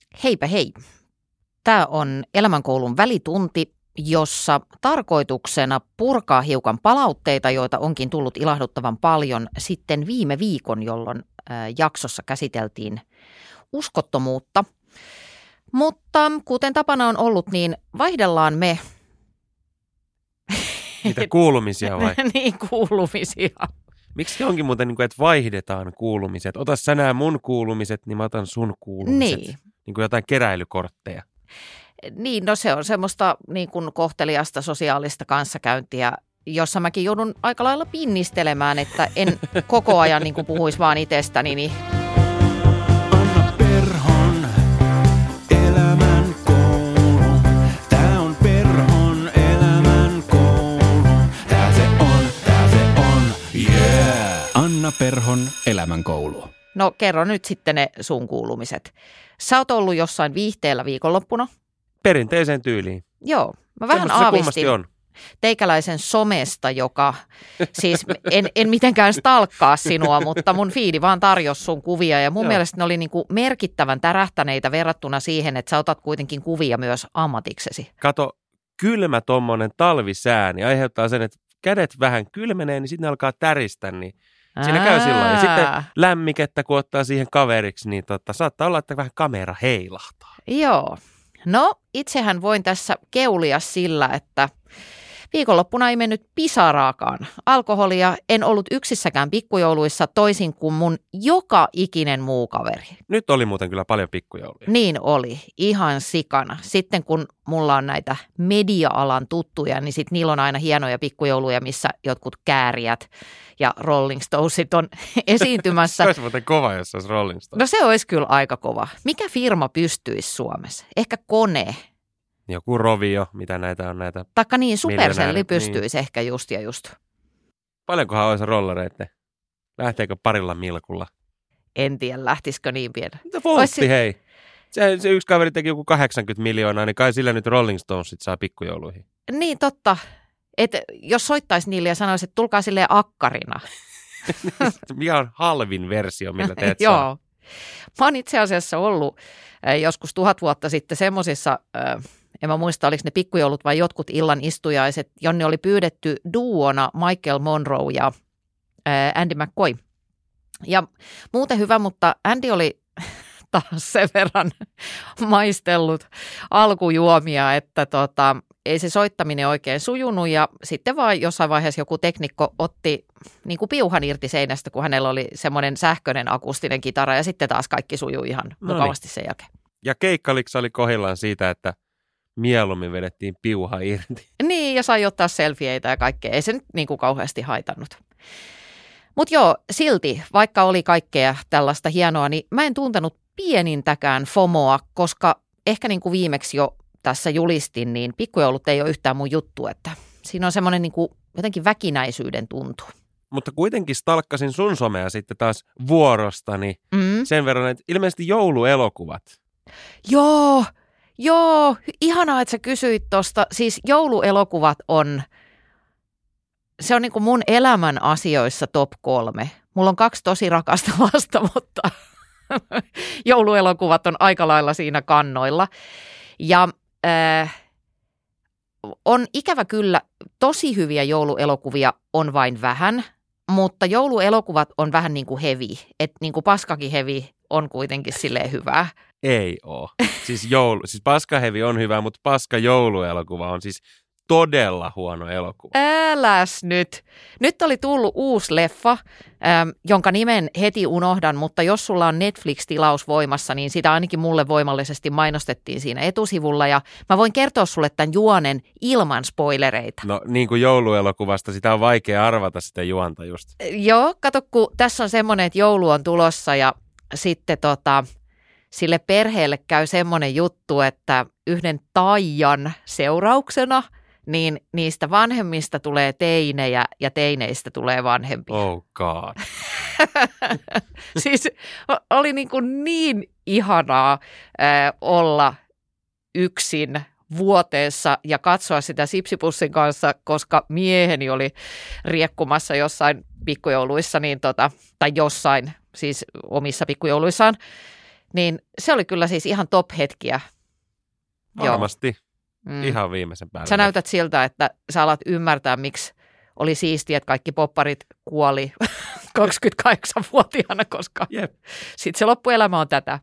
Heipä hei. Tämä on Elämänkoulun välitunti, jossa tarkoituksena purkaa hiukan palautteita, joita onkin tullut ilahduttavan paljon sitten viime viikon, jolloin jaksossa käsiteltiin uskottomuutta. Mutta kuten tapana on ollut, niin vaihdellaan me. Niitä kuulumisia vai? Niin, kuulumisia. Miksi onkin muuten, että vaihdetaan kuulumiset? Ota sä nämä mun kuulumiset, niin mä otan sun kuulumiset. Niin kuin jotain keräilykortteja. Niin, no se on semmoista niin kuin kohteliasta sosiaalista kanssakäyntiä, jossa mäkin joudun aika lailla pinnistelemään, että en koko ajan niin kuin puhuisi vaan itsestäni. Niin. Anna Perhon elämänkoulu. Tää on Perhon elämänkoulu. Tää se on, yeah! Anna Perhon elämänkoulu. No kerro nyt sitten ne sun kuulumiset. Sä oot ollut jossain viihteellä viikonloppuna. Perinteiseen tyyliin. Joo, mä vähän aavistin on. Teikäläisen somesta, joka siis en mitenkään stalkkaa sinua, mutta mun fiidi vaan tarjosi sun kuvia ja mun mielestä ne oli niin kuin merkittävän tärähtäneitä verrattuna siihen, että sä otat kuitenkin kuvia myös ammatiksesi. Kato, kylmä tommonen talvisää, niin aiheuttaa sen, että kädet vähän kylmenee, niin sitten ne alkaa täristä, niin siinä käy sillä lailla. Ja sitten lämmikettä, kun ottaa siihen kaveriksi, niin saattaa olla, että vähän kamera heilahtaa. Joo. No, itsehän voin tässä keulia sillä, että viikonloppuna ei mennyt pisaraakaan alkoholia. En ollut yksissäkään pikkujouluissa toisin kuin mun joka ikinen muu kaveri. Nyt oli muuten kyllä paljon pikkujouluja. Niin oli, ihan sikana. Sitten kun mulla on näitä media-alan tuttuja, niin sit niillä on aina hienoja pikkujouluja, missä jotkut käärijät ja Rolling Stonesit on esiintymässä. Se olisi muuten kova, jos olisi Rolling Stones. No se olisi kyllä aika kova. Mikä firma pystyisi Suomessa? Ehkä Kone. Joku Rovio, mitä näitä on näitä. Taikka niin, Supercelli pystyisi niin. Ehkä just ja just. Paljonkohan olisi rollereita? Lähteekö parilla milkulla? En tiedä, lähtisikö niin pieni. Voltti, hei. Se yksi kaveri teki joku 80 miljoonaa, niin kai sillä nyt Rolling Stonesit saa pikkujouluihin. Niin, totta. Että jos soittaisi niille ja sanoisi, että tulkaa silleen akkarina. Mikä on halvin versio, millä teet Joo. saa? Mä oon itse asiassa ollut joskus 1000 vuotta sitten semmoisissa, en mä muista oliko ne pikkujoulut vai jotkut illan istujaiset, jonne oli pyydetty duona Michael Monroe ja Andy McCoy. Ja muuten hyvä, mutta Andy oli taas sen verran maistellut alkujuomia, että ei se soittaminen oikein sujunut ja sitten vaan jossain vaiheessa joku teknikko otti niin kuin piuhan irti seinästä, kun hänellä oli semmoinen sähköinen akustinen kitara ja sitten taas kaikki sujui ihan mukavasti sen jälkeen. Ja keikkaliksa oli kohdillaan siitä, että mieluummin vedettiin piuha irti. Niin, ja sai ottaa selfieitä ja kaikkea. Ei se nyt niin kuin kauheasti haitannut. Mutta joo, silti, vaikka oli kaikkea tällaista hienoa, niin mä en tuntenut pienintäkään FOMOa, koska ehkä niin kuin viimeksi jo tässä julistin, niin pikkujoulut ei ole yhtään mun juttu, että siinä on semmoinen niin kuin jotenkin väkinäisyyden tuntu. Mutta kuitenkin stalkkasin sun somea sitten taas vuorostani sen verran, että ilmeisesti jouluelokuvat. Joo, ihanaa, että sä kysyit tosta. Siis jouluelokuvat se on niin kuin mun elämän asioissa top 3. Mulla on 2 tosi rakasta lasta, mutta jouluelokuvat on aika lailla siinä kannoilla. Ja on ikävä kyllä, tosi hyviä jouluelokuvia on vain vähän, mutta jouluelokuvat on vähän niin kuin heavy. Että niin kuin paskakin heavy on kuitenkin silleen hyvää. Ei oo. Siis paskahevi on hyvä, mutta paska jouluelokuva on siis todella huono elokuva. Äläs nyt. Nyt oli tullut uusi leffa, jonka nimen heti unohdan, mutta jos sulla on Netflix-tilaus voimassa, niin sitä ainakin mulle voimallisesti mainostettiin siinä etusivulla. Ja mä voin kertoa sulle tämän juonen ilman spoilereita. No niin kuin jouluelokuvasta, sitä on vaikea arvata sitä juonta just. Joo, kato kun tässä on semmoinen, että joulu on tulossa ja sitten sille perheelle käy semmoinen juttu, että yhden taian seurauksena niin niistä vanhemmista tulee teinejä ja teineistä tulee vanhempia. Oh God. Siis oli niin ihanaa olla yksin vuoteessa ja katsoa sitä sipsipussin kanssa, koska mieheni oli riekkumassa jossain pikkujouluissa, tai jossain, siis omissa pikkujouluissaan, Niin se oli kyllä siis ihan top-hetkiä. Varmasti. Ihan viimeisen päälle. Sä näytät siltä, että sä alat ymmärtää, miksi oli siistiä, että kaikki popparit kuoli 28-vuotiaana, koska sitten se loppuelämä on tätä.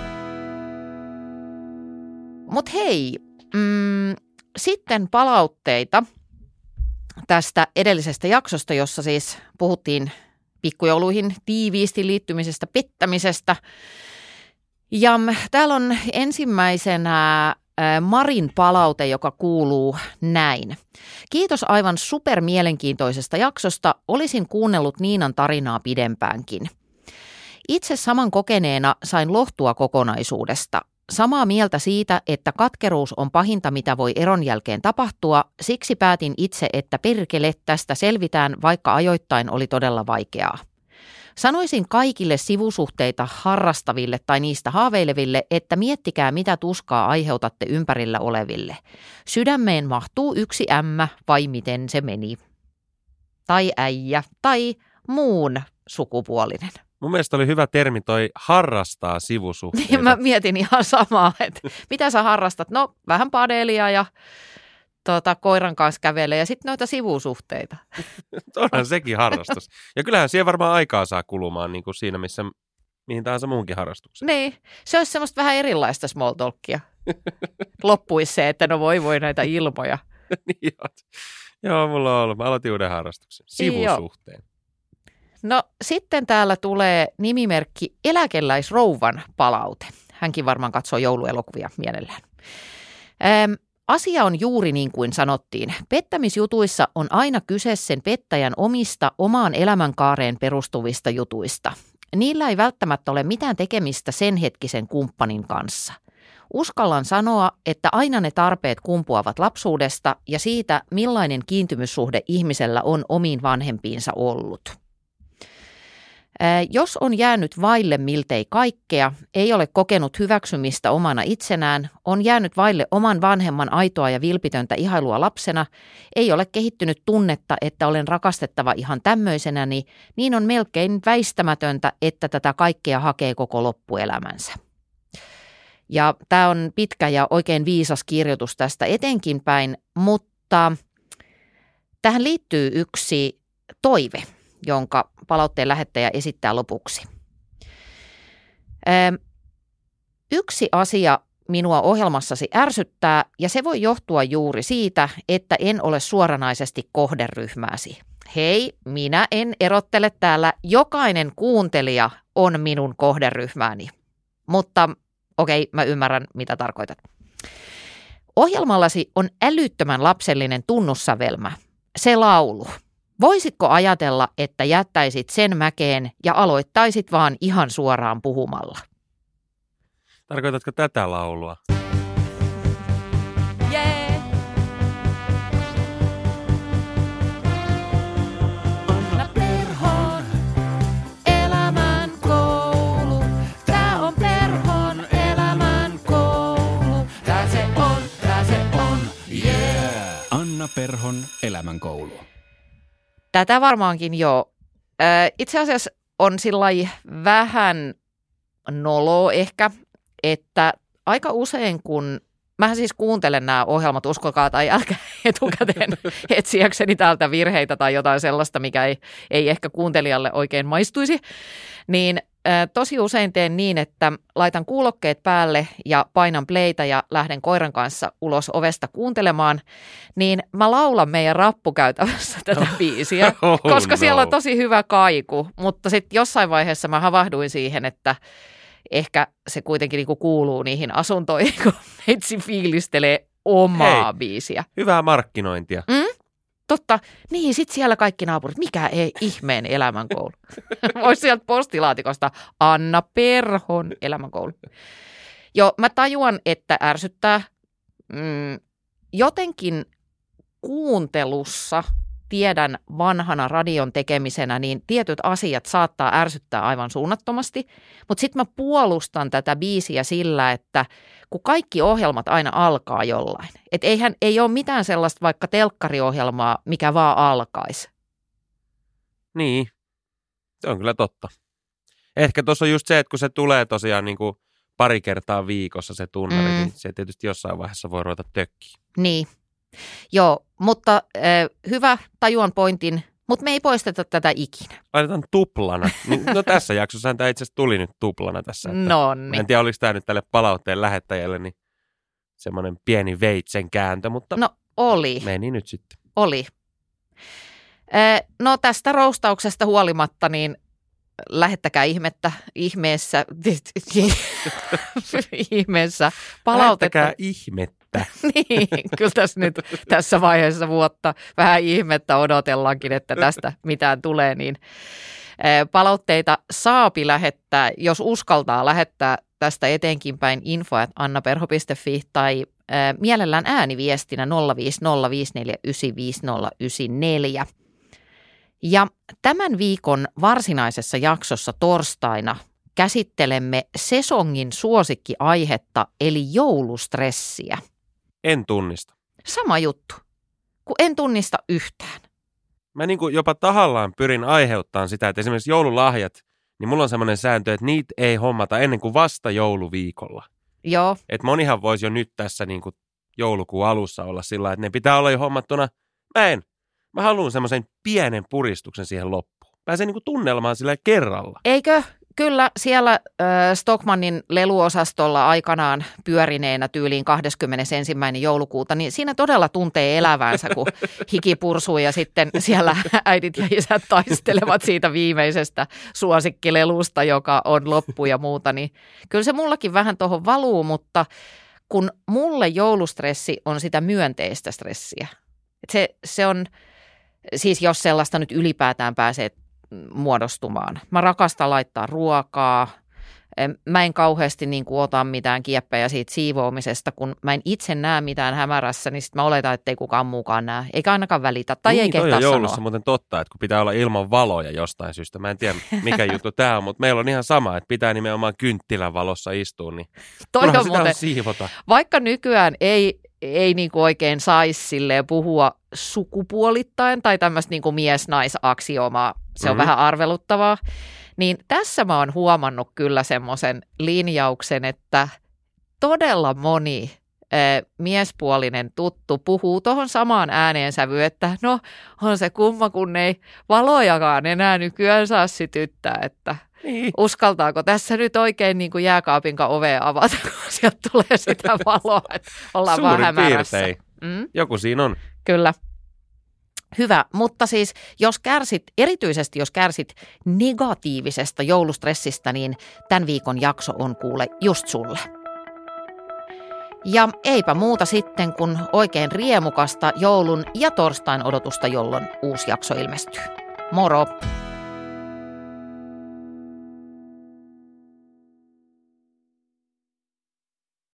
Mut hei, sitten palautteita tästä edellisestä jaksosta, jossa siis puhuttiin pikkujouluihin tiiviisti liittymisestä, pettämisestä. Ja täällä on ensimmäisenä Marin palaute, joka kuuluu näin. Kiitos aivan supermielenkiintoisesta jaksosta. Olisin kuunnellut Niinan tarinaa pidempäänkin. Itse saman kokeneena sain lohtua kokonaisuudesta. Samaa mieltä siitä, että katkeruus on pahinta, mitä voi eron jälkeen tapahtua. Siksi päätin itse, että perkele, tästä selvitään, vaikka ajoittain oli todella vaikeaa. Sanoisin kaikille sivusuhteita harrastaville tai niistä haaveileville, että miettikää mitä tuskaa aiheutatte ympärillä oleville. Sydämeen mahtuu yksi ämmä vai miten se meni. Tai äijä tai muun sukupuolinen. Mun mielestä oli hyvä termi toi harrastaa sivusuhteita. Niin mä mietin ihan samaa, että mitä sä harrastat? No vähän padelia ja koiran kanssa kävelee ja sitten noita sivusuhteita. Onhan sekin harrastus. Ja kyllähän siihen varmaan aikaa saa kulumaan niin kuin siinä, mihin tahansa muunkin harrastukseen. Niin, se olisi semmoista vähän erilaista small talkia. Loppuisi se, että no voi näitä ilmoja. Niin, joo, mulla on ollut. Mä aloitin uuden harrastuksen. Sivusuhteen. No sitten täällä tulee nimimerkki Eläkeläisrouvan palaute. Hänkin varmaan katsoo jouluelokuvia mielellään. Asia on juuri niin kuin sanottiin. Pettämisjutuissa on aina kyse sen pettäjän omista omaan elämänkaareen perustuvista jutuista. Niillä ei välttämättä ole mitään tekemistä sen hetkisen kumppanin kanssa. Uskallan sanoa, että aina ne tarpeet kumpuavat lapsuudesta ja siitä, millainen kiintymyssuhde ihmisellä on omiin vanhempiinsa ollut. Jos on jäänyt vaille miltei kaikkea, ei ole kokenut hyväksymistä omana itsenään, on jäänyt vaille oman vanhemman aitoa ja vilpitöntä ihailua lapsena, ei ole kehittynyt tunnetta, että olen rakastettava ihan tämmöisenäni, niin on melkein väistämätöntä, että tätä kaikkea hakee koko loppuelämänsä. Ja tämä on pitkä ja oikein viisas kirjoitus tästä etenkin päin, mutta tähän liittyy yksi toive, jonka palautteen lähettäjä esittää lopuksi. Yksi asia minua ohjelmassasi ärsyttää, ja se voi johtua juuri siitä, että en ole suoranaisesti kohderyhmääsi. Hei, minä en erottele täällä. Jokainen kuuntelija on minun kohderyhmääni. Mutta okei, mä ymmärrän, mitä tarkoitat. Ohjelmallasi on älyttömän lapsellinen tunnussävelmä. Se laulu. Voisitko ajatella, että jättäisit sen mäkeen ja aloittaisit vaan ihan suoraan puhumalla? Tarkoitatko tätä laulua? Jee! Anna Perhon elämän koulu. Tää on Perhon elämän koulu. Tää se on, yeah! Anna Perhon elämän koulu. Tätä varmaankin jo. Itse asiassa on sillai vähän noloa ehkä, että aika usein kun, mähän siis kuuntelen nämä ohjelmat, uskokaa tai älkää etukäteen etsiäkseni täältä virheitä tai jotain sellaista, mikä ei ehkä kuuntelijalle oikein maistuisi, niin tosi usein teen niin, että laitan kuulokkeet päälle ja painan playtä ja lähden koiran kanssa ulos ovesta kuuntelemaan, niin mä laulan meidän rappukäytävässä tätä biisiä, koska siellä on tosi hyvä kaiku, mutta sitten jossain vaiheessa mä havahduin siihen, että ehkä se kuitenkin niinku kuuluu niihin asuntoihin, kun meitsi fiilistelee omaa biisiä. Hyvää markkinointia. Totta. Niin, sit siellä kaikki naapurit. Mikä ei ihmeen elämänkoulu. Voisi sieltä postilaatikosta Anna Perhon elämänkoulu. Joo, mä tajuan, että ärsyttää. Jotenkin kuuntelussa tiedän vanhana radion tekemisenä, niin tietyt asiat saattaa ärsyttää aivan suunnattomasti. Mutta sitten mä puolustan tätä biisiä sillä, että kun kaikki ohjelmat aina alkaa jollain. Että ei ole mitään sellaista vaikka telkkariohjelmaa, mikä vaan alkaisi. Niin, se on kyllä totta. Ehkä tuossa on just se, että kun se tulee tosiaan niin kuin pari kertaa viikossa se tunnari, niin se tietysti jossain vaiheessa voi ruveta tökkiä. Niin, joo, mutta hyvä, tajuan pointin, mutta me ei poisteta tätä ikinä. Laitetaan tuplana. No tässä jaksossahan tämä itse asiassa tuli nyt tuplana tässä. Nonni. En tiedä, oliko tämä nyt tälle palautteen lähettäjälle niin semmoinen pieni veitsen kääntö, mutta no oli. Meni nyt sitten. Oli. No tästä roustauksesta huolimatta, niin lähettäkää ihmeessä palautetta. Lähettäkää ihmettä. Niin, kyllä tässä vaiheessa vuotta vähän ihmettä odotellaankin, että tästä mitään tulee, niin palautteita saapi lähettää, jos uskaltaa lähettää tästä eteenkin päin info@annaperho.fi tai mielellään ääniviestinä 050549594. Ja tämän viikon varsinaisessa jaksossa torstaina käsittelemme sesongin suosikkiaihetta eli joulustressiä. En tunnista. Sama juttu, kun en tunnista yhtään. Mä niin kuin jopa tahallaan pyrin aiheuttamaan sitä, että esimerkiksi joululahjat, niin mulla on semmoinen sääntö, että niitä ei hommata ennen kuin vasta jouluviikolla. Joo. Että monihan voisi jo nyt tässä niin kuin joulukuun alussa olla sillä, että ne pitää olla jo hommattuna. Mä haluan semmoisen pienen puristuksen siihen loppuun. Pääsee niin kuin tunnelmaan sillä kerralla. Eikö? Kyllä siellä Stockmannin leluosastolla aikanaan pyörineenä tyyliin 21. joulukuuta, niin siinä todella tuntee elävänsä, kun hiki pursuu ja sitten siellä äidit ja isät taistelevat siitä viimeisestä suosikkilelusta, joka on loppu ja muuta. Niin kyllä se mullakin vähän tuohon valuu, mutta kun mulle joulustressi on sitä myönteistä stressiä. Se on, siis jos sellaista nyt ylipäätään pääsee muodostumaan. Mä rakastan laittaa ruokaa. Mä en kauheasti niin kuin ota mitään kieppejä siitä siivoamisesta, kun mä en itse näe mitään hämärässä, niin sit mä oletan, että ei kukaan muukaan näe, eikä ainakaan välitä, tai niin, ei kehtaa sanoa. Joulussa muuten totta, että kun pitää olla ilman valoja jostain syystä. Mä en tiedä, mikä juttu tää on, mutta meillä on ihan sama, että pitää nimenomaan kynttilän valossa istua, niin sitä muuten siivota. Vaikka nykyään ei niin kuin oikein saisi silleen puhua sukupuolittain tai tämmöistä niin kuin mies-nais-aksioomaa, se on vähän arveluttavaa, niin tässä mä oon huomannut kyllä semmoisen linjauksen, että todella moni miespuolinen tuttu puhuu tuohon samaan ääneensävyyn, että no on se kumma, kun ei valojakaan enää nykyään saa sytyttää, että niin. Uskaltaako tässä nyt oikein niin kuin jääkaapinka ovea avata, kun sieltä tulee sitä valoa, että ollaan vaan hämärässä. Joku siinä on. Kyllä. Hyvä, mutta siis erityisesti jos kärsit negatiivisesta joulustressistä, niin tämän viikon jakso on kuule just sulle. Ja eipä muuta sitten kuin oikein riemukasta joulun ja torstain odotusta, jolloin uusi jakso ilmestyy. Moro!